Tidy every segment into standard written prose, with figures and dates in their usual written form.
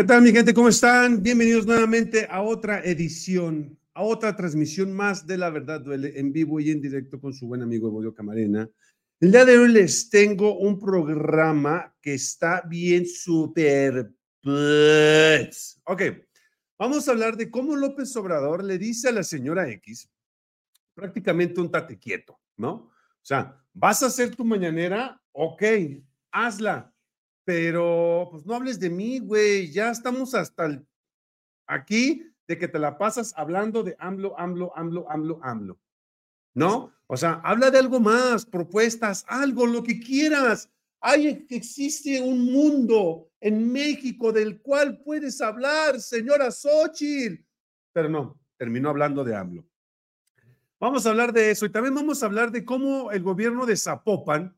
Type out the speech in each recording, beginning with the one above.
¿Qué tal, mi gente? ¿Cómo están? Bienvenidos nuevamente a otra edición, a otra transmisión más de La Verdad Duele, en vivo y en directo con su buen amigo Evodio Camarena. El día de hoy les tengo un programa que está bien súper... Ok, vamos a hablar de cómo López Obrador le dice a la señora X prácticamente un tate quieto, ¿no? O sea, ¿vas a hacer tu mañanera? Ok, hazla. Pero pues no hables de mí, güey, ya estamos hasta aquí de que te la pasas hablando de AMLO, ¿no? O sea, habla de algo más, propuestas, algo, lo que quieras. Existe un mundo en México del cual puedes hablar, señora Xóchitl. Pero no, terminó hablando de AMLO. Vamos a hablar de eso y también vamos a hablar de cómo el gobierno de Zapopan,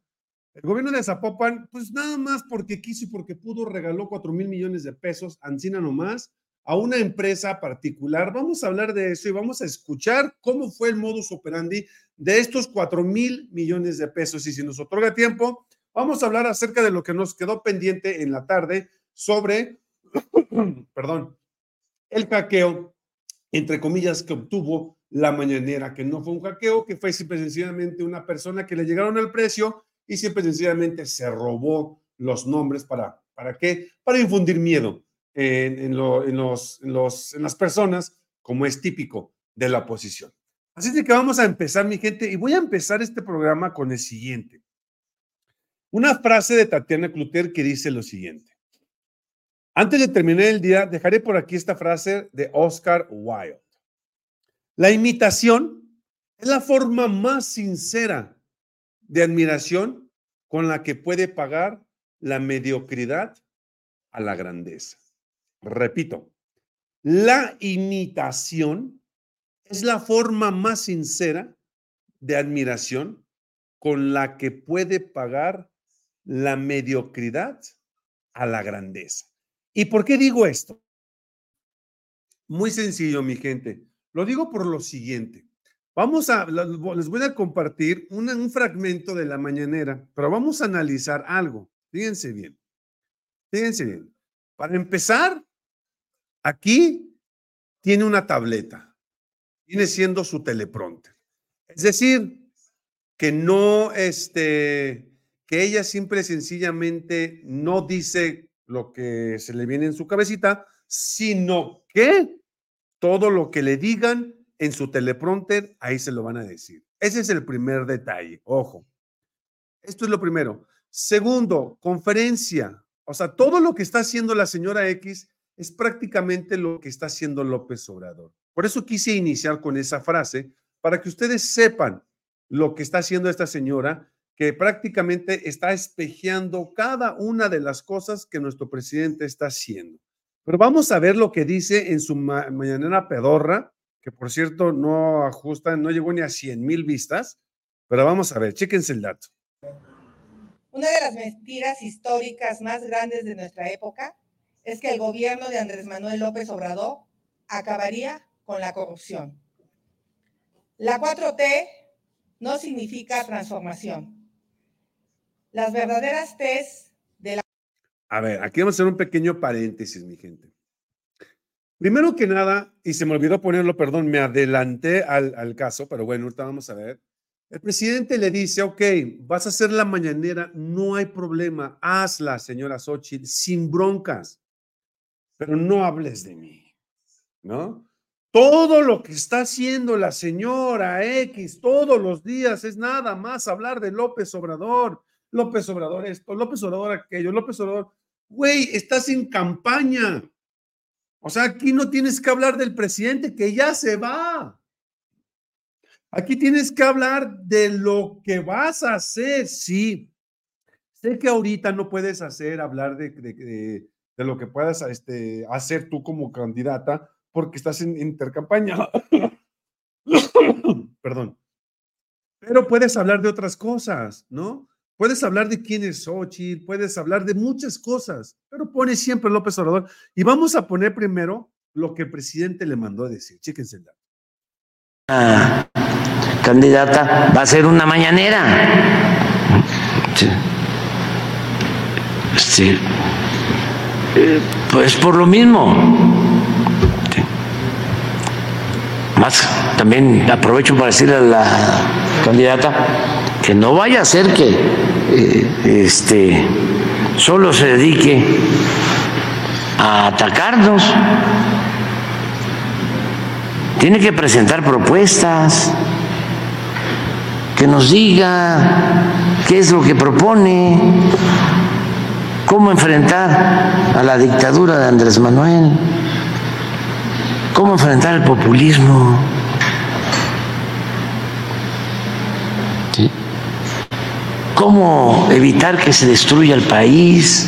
pues nada más porque quiso y porque pudo, regaló 4,000 millones de pesos, ancina nomás, a una empresa particular. Vamos a hablar de eso y vamos a escuchar cómo fue el modus operandi de estos 4,000 millones de pesos. Y si nos otorga tiempo, vamos a hablar acerca de lo que nos quedó pendiente en la tarde sobre, perdón, el hackeo, entre comillas, que obtuvo la mañanera, que no fue un hackeo, que fue simple y sencillamente una persona que le llegaron al precio y simple y sencillamente se robó los nombres ¿para qué? Para infundir miedo en las personas, como es típico de la oposición. Así de que vamos a empezar, mi gente, y voy a empezar este programa con el siguiente. Una frase de Tatiana Cloutier que dice lo siguiente. Antes de terminar el día, dejaré por aquí esta frase de Oscar Wilde. La imitación es la forma más sincera de admiración con la que puede pagar la mediocridad a la grandeza. Repito, la imitación es la forma más sincera de admiración con la que puede pagar la mediocridad a la grandeza. ¿Y por qué digo esto? Muy sencillo, mi gente. Lo digo por lo siguiente. Les voy a compartir un fragmento de la mañanera, pero vamos a analizar algo. Fíjense bien. Fíjense bien. Para empezar, aquí tiene una tableta. Viene siendo su teleprompter. Es decir, que no, que ella simple y sencillamente no dice lo que se le viene en su cabecita, sino que todo lo que le digan en su teleprompter, ahí se lo van a decir. Ese es el primer detalle, ojo. Esto es lo primero. Segundo, conferencia. O sea, todo lo que está haciendo la señora X es prácticamente lo que está haciendo López Obrador. Por eso quise iniciar con esa frase, para que ustedes sepan lo que está haciendo esta señora, que prácticamente está espejeando cada una de las cosas que nuestro presidente está haciendo. Pero vamos a ver lo que dice en su mañanera pedorra, que por cierto no ajusta, no llegó ni a 100,000 vistas, pero vamos a ver, chéquense el dato. Una de las mentiras históricas más grandes de nuestra época es que el gobierno de Andrés Manuel López Obrador acabaría con la corrupción. La 4T no significa transformación. Las verdaderas T's de la... A ver, aquí vamos a hacer un pequeño paréntesis, mi gente. Primero que nada, y se me olvidó ponerlo, perdón, me adelanté al caso, pero bueno, ahorita vamos a ver. El presidente le dice, ok, vas a hacer la mañanera, no hay problema, hazla, señora Xóchitl, sin broncas, pero no hables de mí, ¿no? Todo lo que está haciendo la señora X todos los días es nada más hablar de López Obrador esto, López Obrador aquello, López Obrador. Güey, estás en campaña. O sea, aquí no tienes que hablar del presidente que ya se va. Aquí tienes que hablar de lo que vas a hacer. Sí, sé que ahorita no puedes hablar de lo que puedas hacer tú como candidata porque estás en intercampaña. Perdón. Pero puedes hablar de otras cosas, ¿no? Puedes hablar de quién es Xóchitl, puedes hablar de muchas cosas, pero pone siempre López Obrador. Y vamos a poner primero lo que el presidente le mandó a decir. Chéquense el dato. Candidata va a ser una mañanera. Sí. Pues por lo mismo. Sí. Más también aprovecho para decirle a la candidata que no vaya a ser que solo se dedique a atacarnos. Tiene que presentar propuestas, que nos diga qué es lo que propone, cómo enfrentar a la dictadura de Andrés Manuel, cómo enfrentar el populismo. ¿Sí? Cómo evitar que se destruya el país.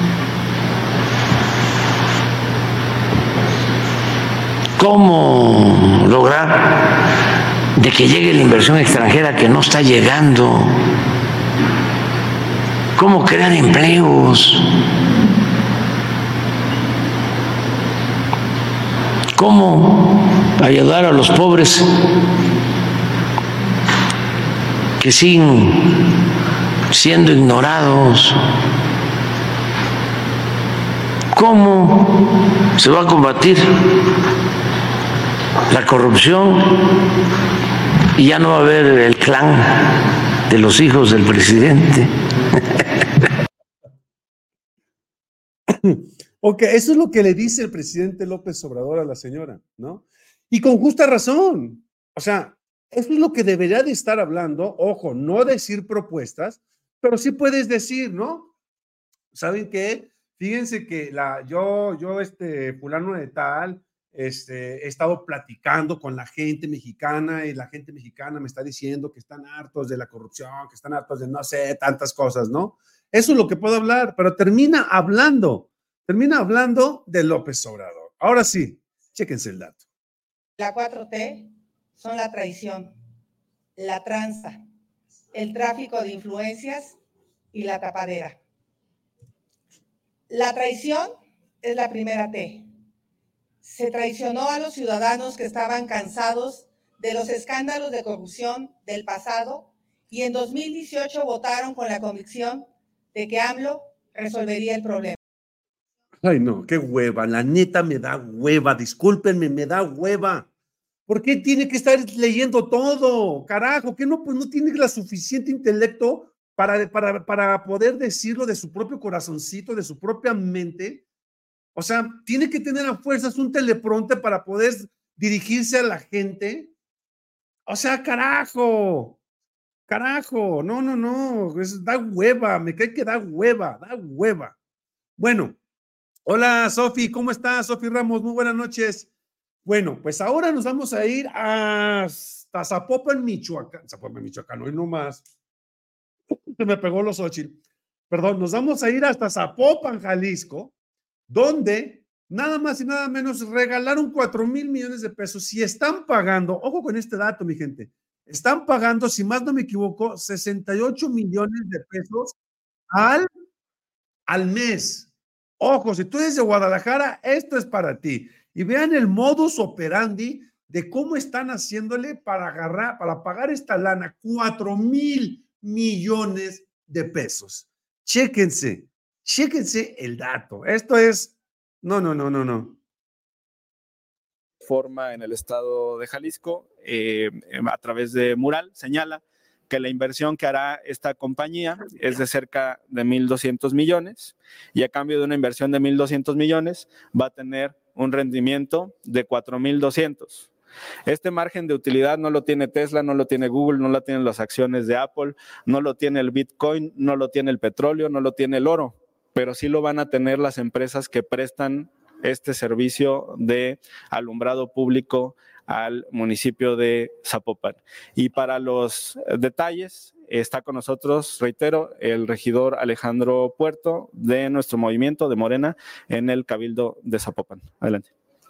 ¿Cómo lograr de que llegue la inversión extranjera que no está llegando? ¿Cómo crear empleos? ¿Cómo ayudar a los pobres que siguen siendo ignorados? ¿Cómo se va a combatir la corrupción y ya no va a haber el clan de los hijos del presidente? Ok, eso es lo que le dice el presidente López Obrador a la señora, ¿no? Y con justa razón. O sea, eso es lo que debería de estar hablando. Ojo, no decir propuestas, pero sí puedes decir, ¿no? ¿Saben qué? Fíjense que yo, fulano de tal, he estado platicando con la gente mexicana y la gente mexicana me está diciendo que están hartos de la corrupción, que están hartos de no sé, tantas cosas, ¿no? Eso es lo que puedo hablar, pero termina hablando de López Obrador. Ahora sí, chéquense el dato. La 4T son la traición, la tranza, el tráfico de influencias y la tapadera. La traición es la primera T. Se traicionó a los ciudadanos que estaban cansados de los escándalos de corrupción del pasado y en 2018 votaron con la convicción de que AMLO resolvería el problema. Ay, no, qué hueva, la neta me da hueva, discúlpenme, me da hueva. ¿Por qué tiene que estar leyendo todo? Carajo, que no, pues no tiene la suficiente intelecto para poder decirlo de su propio corazoncito, de su propia mente. O sea, tiene que tener a fuerzas un teleprompter para poder dirigirse a la gente. O sea, carajo, no, da hueva, me cae que da hueva. Bueno, hola Sofi, ¿cómo estás? Sofi Ramos, muy buenas noches. Bueno, pues ahora nos vamos a ir hasta Zapopan, Michoacán, hoy nomás. Se me pegó los Xochitl. Perdón, nos vamos a ir hasta Zapopan, Jalisco, donde nada más y nada menos regalaron 4,000 millones de pesos y están pagando, ojo con este dato, mi gente, están pagando, si más no me equivoco, 68 millones de pesos al mes. Ojo, si tú eres de Guadalajara, esto es para ti. Y vean el modus operandi de cómo están haciéndole para pagar esta lana, 4,000 millones de pesos. Chéquense el dato. Esto es, no. Forma en el estado de Jalisco, a través de Mural, señala que la inversión que hará esta compañía es de cerca de 1,200 millones y a cambio de una inversión de 1,200 millones va a tener un rendimiento de 4,200. Este margen de utilidad no lo tiene Tesla, no lo tiene Google, no lo tienen las acciones de Apple, no lo tiene el Bitcoin, no lo tiene el petróleo, no lo tiene el oro, pero sí lo van a tener las empresas que prestan este servicio de alumbrado público al municipio de Zapopan. Y para los detalles está con nosotros, reitero, el regidor Alejandro Puerto de nuestro movimiento de Morena en el Cabildo de Zapopan. Adelante.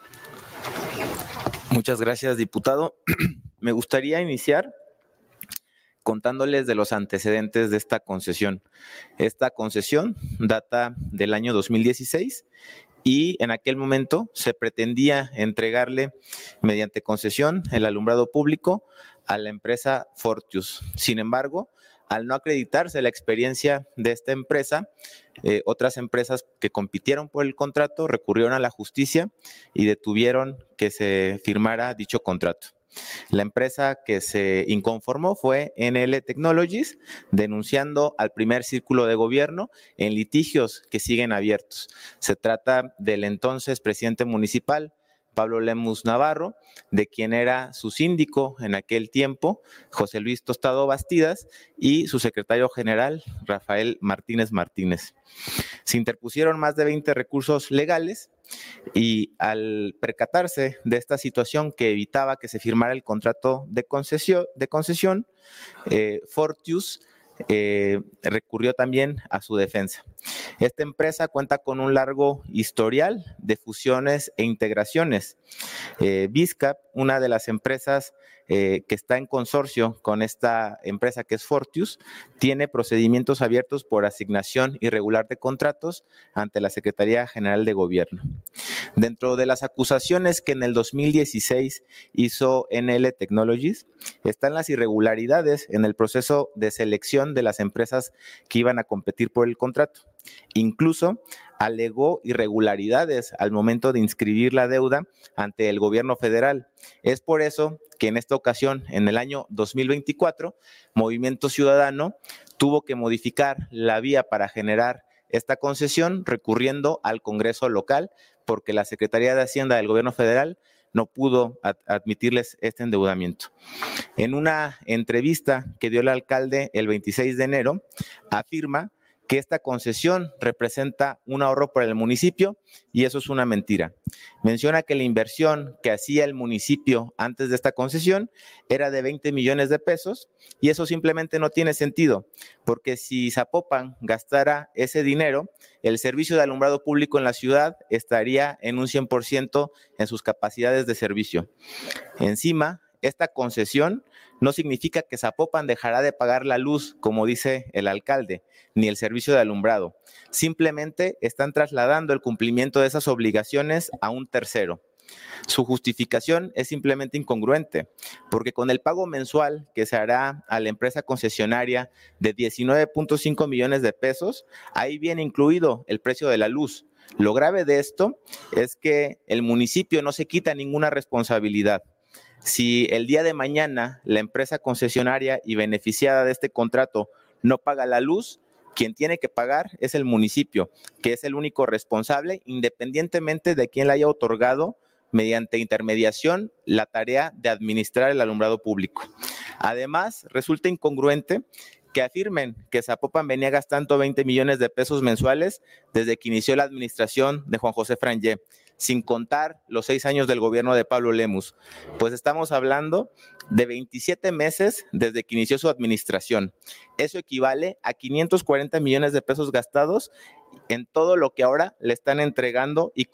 Muchas gracias, diputado. Me gustaría iniciar contándoles de los antecedentes de esta concesión. Esta concesión data del año 2016 y en aquel momento se pretendía entregarle mediante concesión el alumbrado público a la empresa Fortius. Sin embargo, Al no acreditarse la experiencia de esta empresa, otras empresas que compitieron por el contrato recurrieron a la justicia y detuvieron que se firmara dicho contrato. La empresa que se inconformó fue NL Technologies, denunciando al primer círculo de gobierno en litigios que siguen abiertos. Se trata del entonces presidente municipal, Pablo Lemus Navarro, de quien era su síndico en aquel tiempo, José Luis Tostado Bastidas, y su secretario general, Rafael Martínez Martínez. Se interpusieron más de 20 recursos legales y al percatarse de esta situación que evitaba que se firmara el contrato de concesión, Fortius recurrió también a su defensa. Esta empresa cuenta con un largo historial de fusiones e integraciones. Vizcap, una de las empresas que está en consorcio con esta empresa que es Fortius, tiene procedimientos abiertos por asignación irregular de contratos ante la Secretaría General de Gobierno. Dentro de las acusaciones que en el 2016 hizo NL Technologies, están las irregularidades en el proceso de selección de las empresas que iban a competir por el contrato. Incluso alegó irregularidades al momento de inscribir la deuda ante el gobierno federal. Es por eso que en esta ocasión, en el año 2024, Movimiento Ciudadano tuvo que modificar la vía para generar esta concesión recurriendo al Congreso local porque la Secretaría de Hacienda del gobierno federal no pudo admitirles este endeudamiento. En una entrevista que dio el alcalde el 26 de enero, afirma que esta concesión representa un ahorro para el municipio y eso es una mentira. Menciona que la inversión que hacía el municipio antes de esta concesión era de 20 millones de pesos y eso simplemente no tiene sentido, porque si Zapopan gastara ese dinero, el servicio de alumbrado público en la ciudad estaría en un 100% en sus capacidades de servicio. Encima, esta concesión no significa que Zapopan dejará de pagar la luz, como dice el alcalde, ni el servicio de alumbrado. Simplemente están trasladando el cumplimiento de esas obligaciones a un tercero. Su justificación es simplemente incongruente, porque con el pago mensual que se hará a la empresa concesionaria de 19.5 millones de pesos, ahí viene incluido el precio de la luz. Lo grave de esto es que el municipio no se quita ninguna responsabilidad. Si el día de mañana la empresa concesionaria y beneficiada de este contrato no paga la luz, quien tiene que pagar es el municipio, que es el único responsable, independientemente de quién le haya otorgado mediante intermediación la tarea de administrar el alumbrado público. Además, resulta incongruente que afirmen que Zapopan venía gastando 20 millones de pesos mensuales desde que inició la administración de Juan José Frangé, sin contar los 6 años del gobierno de Pablo Lemus. Pues estamos hablando de 27 meses desde que inició su administración. Eso equivale a 540 millones de pesos gastados en todo lo que ahora le están entregando y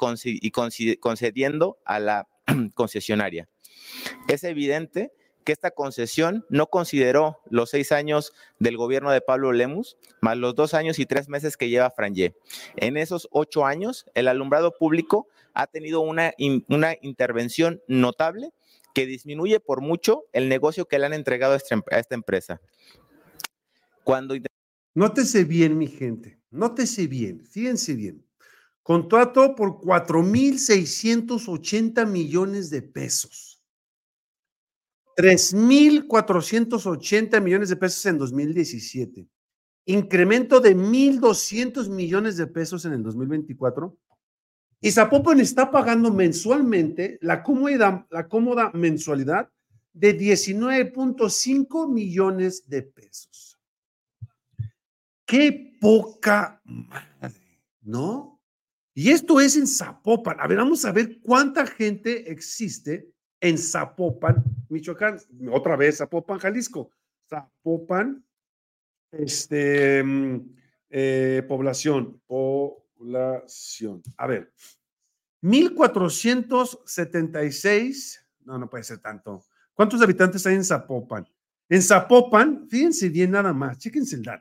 concediendo a la concesionaria. Es evidente que esta concesión no consideró los 6 años del gobierno de Pablo Lemus, más los 2 años y 3 meses que lleva Frangé. En esos 8 años, el alumbrado público ha tenido una intervención notable que disminuye por mucho el negocio que le han entregado a esta empresa. Nótese bien, mi gente, nótese bien, fíjense bien. Contrato por 4,680 millones de pesos. 3,480 millones de pesos en 2017. Incremento de 1,200 millones de pesos en el 2024. Y Zapopan está pagando mensualmente la cómoda mensualidad de 19.5 millones de pesos. ¡Qué poca madre! ¿No? Y esto es en Zapopan. A ver, vamos a ver cuánta gente existe en Zapopan, Michoacán. Otra vez, Zapopan, Jalisco. Zapopan, población. A ver, 1,476. No puede ser tanto. ¿Cuántos habitantes hay en Zapopan? En Zapopan, fíjense bien nada más, chéquense el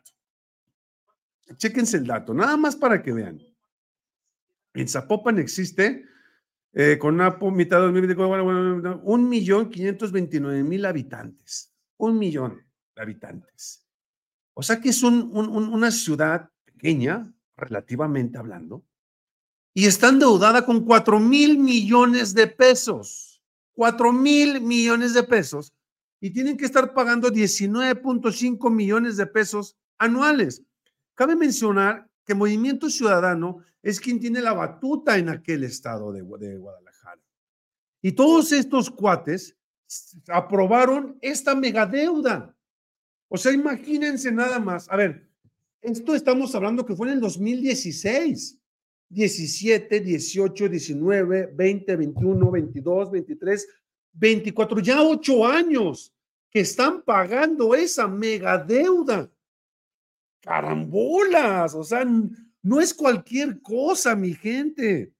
dato, nada más para que vean. En Zapopan existe, con una mitad de 2024, 1,529,000 habitantes. 1 millón de habitantes. O sea que es una ciudad pequeña, relativamente hablando, y está endeudada con 4,000 millones de pesos. 4,000 millones de pesos. Y tienen que estar pagando 19.5 millones de pesos anuales. Cabe mencionar que Movimiento Ciudadano es quien tiene la batuta en aquel estado de Guadalajara. Y todos estos cuates aprobaron esta megadeuda. O sea, imagínense nada más. A ver, esto estamos hablando que fue en el 2016. 17, 18, 19, 20, 21, 22, 23, 24, ya 8 años que están pagando esa megadeuda. Carambolas, o sea, no es cualquier cosa, mi gente.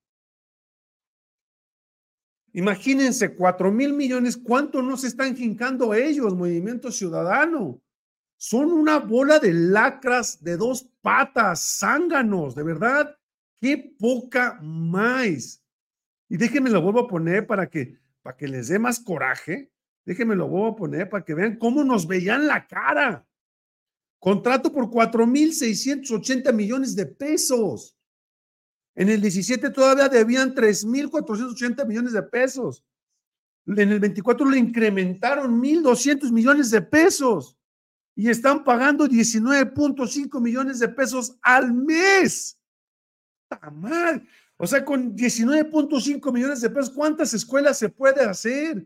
Imagínense, 4,000 millones, ¿cuánto nos están jincando ellos, Movimiento Ciudadano? Son una bola de lacras de 2 patas, zánganos, de verdad, qué poca más. Y déjenme lo vuelvo a poner para que les dé más coraje. Déjenme lo vuelvo a poner para que vean cómo nos veían la cara. Contrato por 4,680 millones de pesos. En el 17 todavía debían 3,480 millones de pesos. En el 24 le incrementaron 1,200 millones de pesos y están pagando 19.5 millones de pesos al mes. ¡Está mal! O sea, con 19.5 millones de pesos, ¿cuántas escuelas se puede hacer?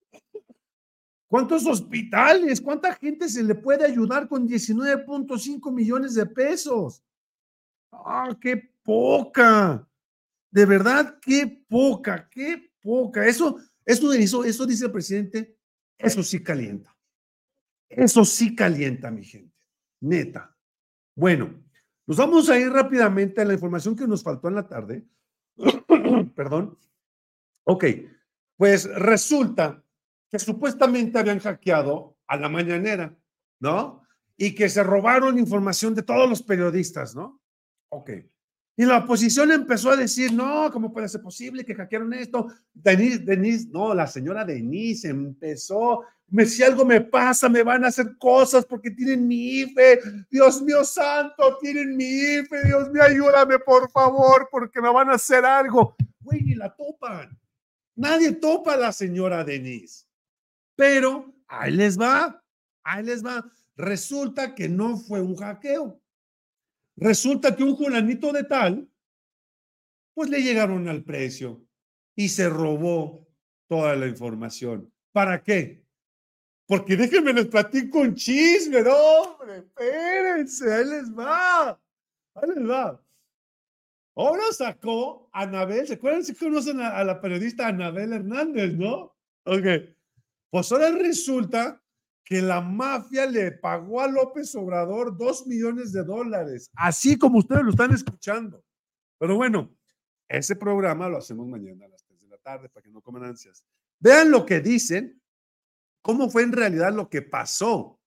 ¿Cuántos hospitales? ¿Cuánta gente se le puede ayudar con 19.5 millones de pesos? ¡Ah, qué poca! De verdad, qué poca, qué poca. Eso dice el presidente, eso sí calienta. Eso sí calienta, mi gente. Neta. Bueno, nos vamos a ir rápidamente a la información que nos faltó en la tarde. Perdón. Ok, pues resulta que supuestamente habían hackeado a la mañanera, ¿no? Y que se robaron información de todos los periodistas, ¿no? Ok. Y la oposición empezó a decir, no, ¿cómo puede ser posible que hackearon esto? Denise, no, la señora Denise empezó, si algo me pasa, me van a hacer cosas porque tienen mi IFE, Dios mío santo, tienen mi IFE, Dios mío, ayúdame por favor, porque me van a hacer algo. Güey, ni la topan. Nadie topa a la señora Denise. Pero ahí les va, ahí les va. Resulta que no fue un hackeo. Resulta que un fulanito de tal, pues le llegaron al precio y se robó toda la información. ¿Para qué? Porque déjenme les platico un chisme, no, hombre, espérense, ahí les va, ahí les va. Ahora sacó a Anabel, ¿se acuerdan si conocen a la periodista Anabel Hernández, no? Ok, pues ahora resulta que la mafia le pagó a López Obrador $2 millones, así como ustedes lo están escuchando. Pero bueno, ese programa lo hacemos mañana a las 3 de la tarde para que no coman ansias. Vean lo que dicen, cómo fue en realidad lo que pasó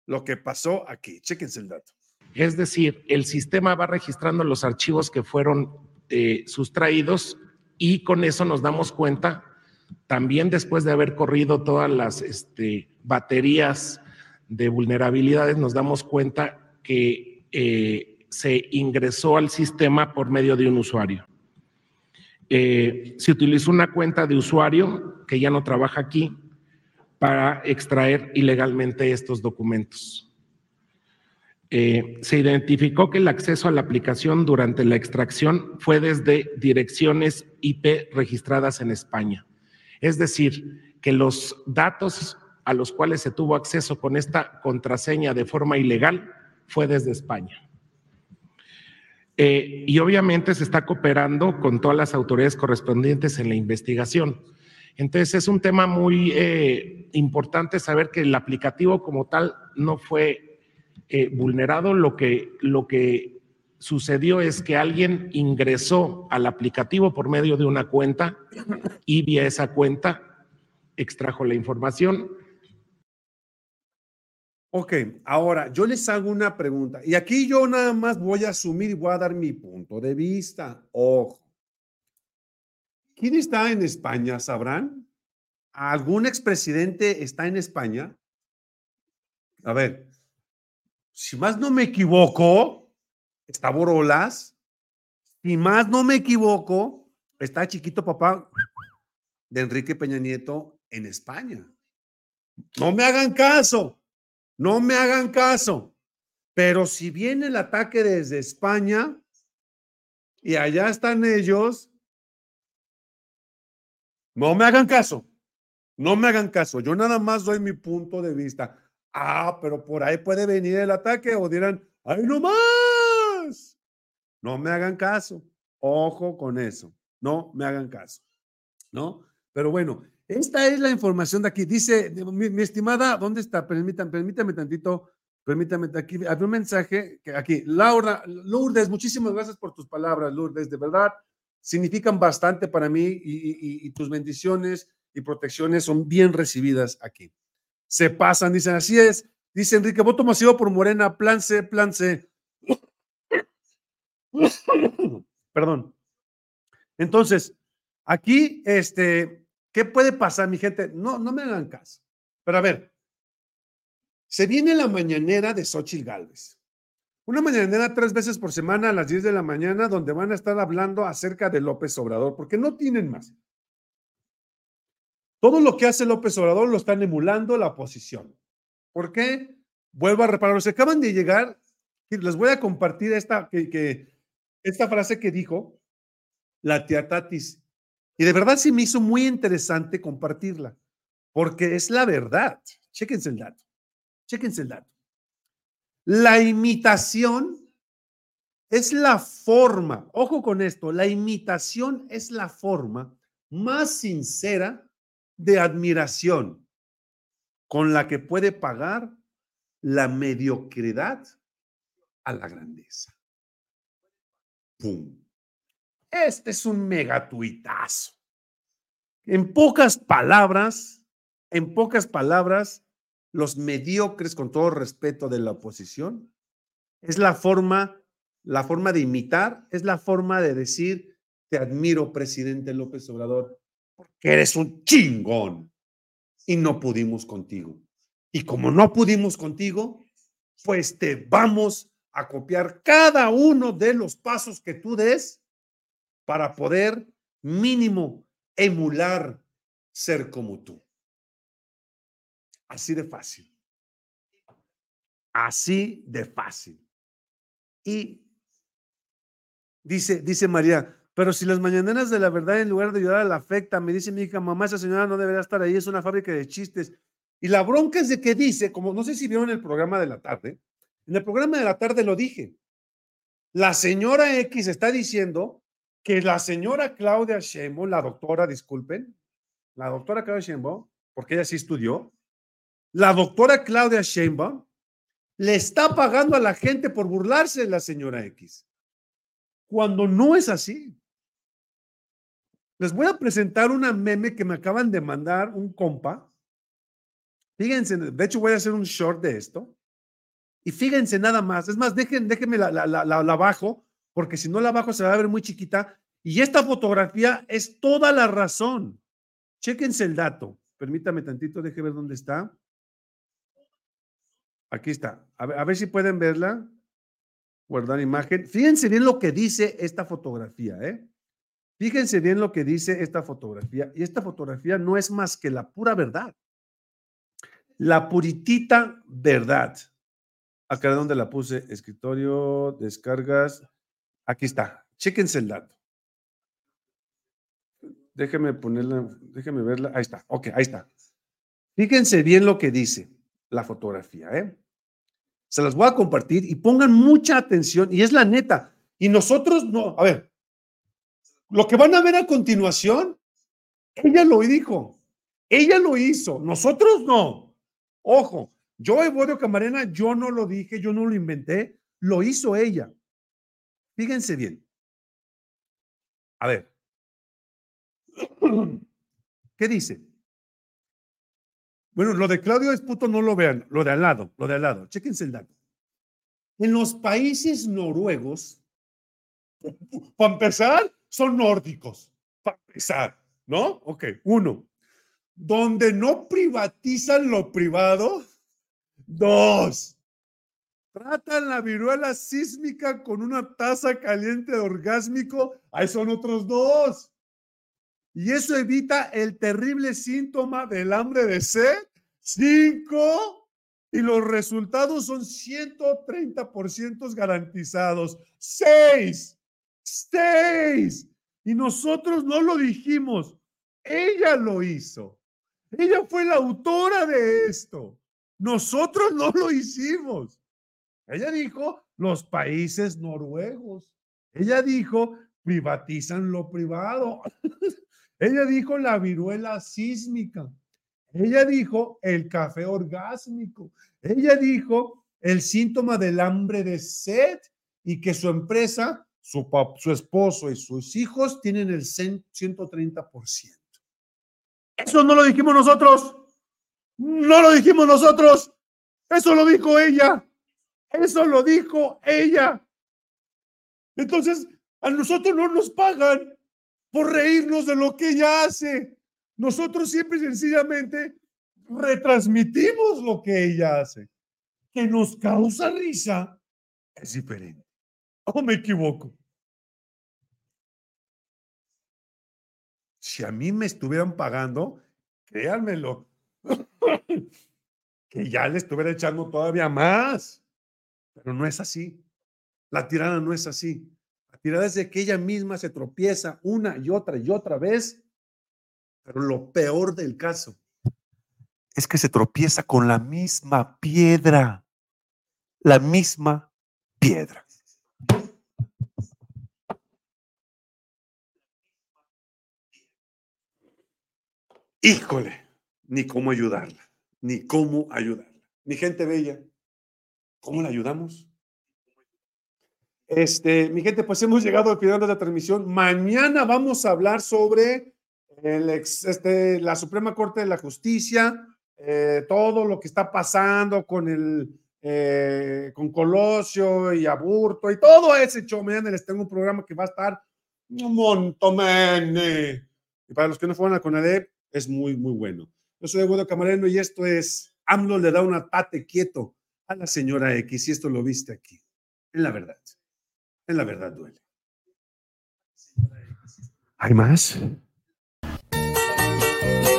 aquí. Chéquense el dato. Es decir, el sistema va registrando los archivos que fueron sustraídos y con eso nos damos cuenta, también después de haber corrido todas las baterías de vulnerabilidades, nos damos cuenta que se ingresó al sistema por medio de un usuario. Se utilizó una cuenta de usuario que ya no trabaja aquí para extraer ilegalmente estos documentos. Se identificó que el acceso a la aplicación durante la extracción fue desde direcciones IP registradas en España. Es decir, que los datos a los cuales se tuvo acceso con esta contraseña de forma ilegal fue desde España. Y obviamente se está cooperando con todas las autoridades correspondientes en la investigación. Entonces es un tema muy importante saber que el aplicativo como tal no fue vulnerado. Lo que sucedió es que alguien ingresó al aplicativo por medio de una cuenta y vía esa cuenta extrajo la información. Ok, ahora yo les hago una pregunta y aquí yo nada más voy a asumir y voy a dar mi punto de vista. Ojo. ¿Quién está en España? ¿Sabrán? ¿Algún expresidente está en España? A ver, si más no me equivoco, está Borolas. Si más no me equivoco, está Chiquito Papá de Enrique Peña Nieto en España. No me hagan caso, no me hagan caso. Pero si viene el ataque desde España y allá están ellos, no me hagan caso, no me hagan caso. Yo nada más doy mi punto de vista. Pero por ahí puede venir el ataque o dirán, ¡ay, no más! No me hagan caso. Ojo con eso. No me hagan caso. ¿No? Pero bueno, esta es la información de aquí. Dice, mi estimada, ¿dónde está? Permítame tantito. Permítame, aquí había un mensaje que aquí. Lourdes, muchísimas gracias por tus palabras, Lourdes. De verdad, significan bastante para mí y tus bendiciones y protecciones son bien recibidas aquí. Se pasan, dicen, así es. Dice Enrique, voto masivo por Morena, plan C, plan C. Perdón. Entonces, aquí, ¿qué puede pasar, mi gente? No me hagan caso. Pero a ver, se viene la mañanera de Xóchitl Gálvez. Una mañanera 3 veces por semana a las 10 de la mañana, donde van a estar hablando acerca de López Obrador, porque no tienen más. Todo lo que hace López Obrador lo están emulando la oposición. ¿Por qué? Vuelvo a reparar. Se acaban de llegar, les voy a compartir esta frase que dijo la tía Tatis. Y de verdad sí me hizo muy interesante compartirla, porque es la verdad. Chéquense el dato. Chéquense el dato. La imitación es la forma, ojo con esto, la imitación es la forma más sincera de admiración con la que puede pagar la mediocridad a la grandeza. ¡Pum! Este es un megatuitazo. En pocas palabras, los mediocres, con todo respeto de la oposición, es la forma de imitar, es la forma de decir, te admiro, presidente López Obrador, porque eres un chingón y no pudimos contigo. Y como no pudimos contigo, pues te vamos a copiar cada uno de los pasos que tú des para poder mínimo emular ser como tú. Así de fácil. Así de fácil. Y dice María, pero si las mañaneras de la verdad en lugar de ayudar a la afecta, me dice mi hija, mamá, esa señora no debería estar ahí, es una fábrica de chistes. Y la bronca es de que dice, como no sé si vieron el programa de la tarde, en el programa de la tarde lo dije, la señora X está diciendo que la señora Claudia Sheinbaum, la doctora, disculpen, la doctora Claudia Sheinbaum, porque ella sí estudió, la doctora Claudia Sheinbaum le está pagando a la gente por burlarse de la señora X, cuando no es así. Les voy a presentar una meme que me acaban de mandar un compa. Fíjense, de hecho voy a hacer un short de esto. Y fíjense nada más. Es más, déjenme la bajo, porque si no la bajo se va a ver muy chiquita. Y esta fotografía es toda la razón. Chéquense el dato. Permítame tantito, déjenme ver dónde está. Aquí está. A ver si pueden verla. Guardar imagen. Fíjense bien lo que dice esta fotografía, ¿eh? Fíjense bien lo que dice esta fotografía. Y esta fotografía no es más que la pura verdad. La puritita verdad. Acá donde la puse, escritorio, descargas. Aquí está. Chéquense el dato. Déjenme ponerla, déjenme verla. Ahí está. Ok, ahí está. Fíjense bien lo que dice la fotografía, ¿eh? Se las voy a compartir y pongan mucha atención. Y es la neta. Y nosotros no. A ver, lo que van a ver a continuación, ella lo dijo. Ella lo hizo. Nosotros no. Ojo, yo, Evodio Camarena, yo no lo dije, yo no lo inventé, lo hizo ella. Fíjense bien. A ver. ¿Qué dice? Bueno, lo de Claudio Esputo no lo vean, lo de al lado. Chéquense el dato. En los países noruegos, para empezar, son nórdicos. Para empezar, ¿no? Ok, 1. Donde no privatizan lo privado. 2. Tratan la viruela sísmica con una taza caliente orgásmico, ahí son otros 2. Y eso evita el terrible síntoma del hambre de sed, 5. Y los resultados son 130% garantizados, 6. Y nosotros no lo dijimos, ella lo hizo. Ella fue la autora de esto. Nosotros no lo hicimos. Ella dijo los países noruegos. Ella dijo privatizan lo privado. Ella dijo la viruela sísmica. Ella dijo el café orgásmico. Ella dijo el síntoma del hambre de sed y que su empresa, su esposo y sus hijos tienen el 130%. Eso no lo dijimos nosotros. No lo dijimos nosotros. Eso lo dijo ella. Eso lo dijo ella. Entonces, a nosotros no nos pagan por reírnos de lo que ella hace. Nosotros siempre y sencillamente retransmitimos lo que ella hace. Que nos causa risa es diferente. ¿O me equivoco? Si a mí me estuvieran pagando, créanmelo, que ya le estuviera echando todavía más. Pero no es así. La tirada no es así. La tirada es de que ella misma se tropieza una y otra vez. Pero lo peor del caso es que se tropieza con la misma piedra. La misma piedra. Híjole, ni cómo ayudarla. Ni cómo ayudarla. Mi gente bella, ¿cómo la ayudamos? Mi gente, pues hemos llegado al final de la transmisión. Mañana vamos a hablar sobre la Suprema Corte de la Justicia, todo lo que está pasando con Colosio y Aburto y todo ese show. Mañana les tengo un programa que va a estar un montón. Y para los que no fueron a CONADEP, es muy, muy bueno. Yo soy Eduardo Camarena y esto es AMLO le da un atate quieto a la señora X, y esto lo viste aquí. En la verdad duele. ¿Hay más?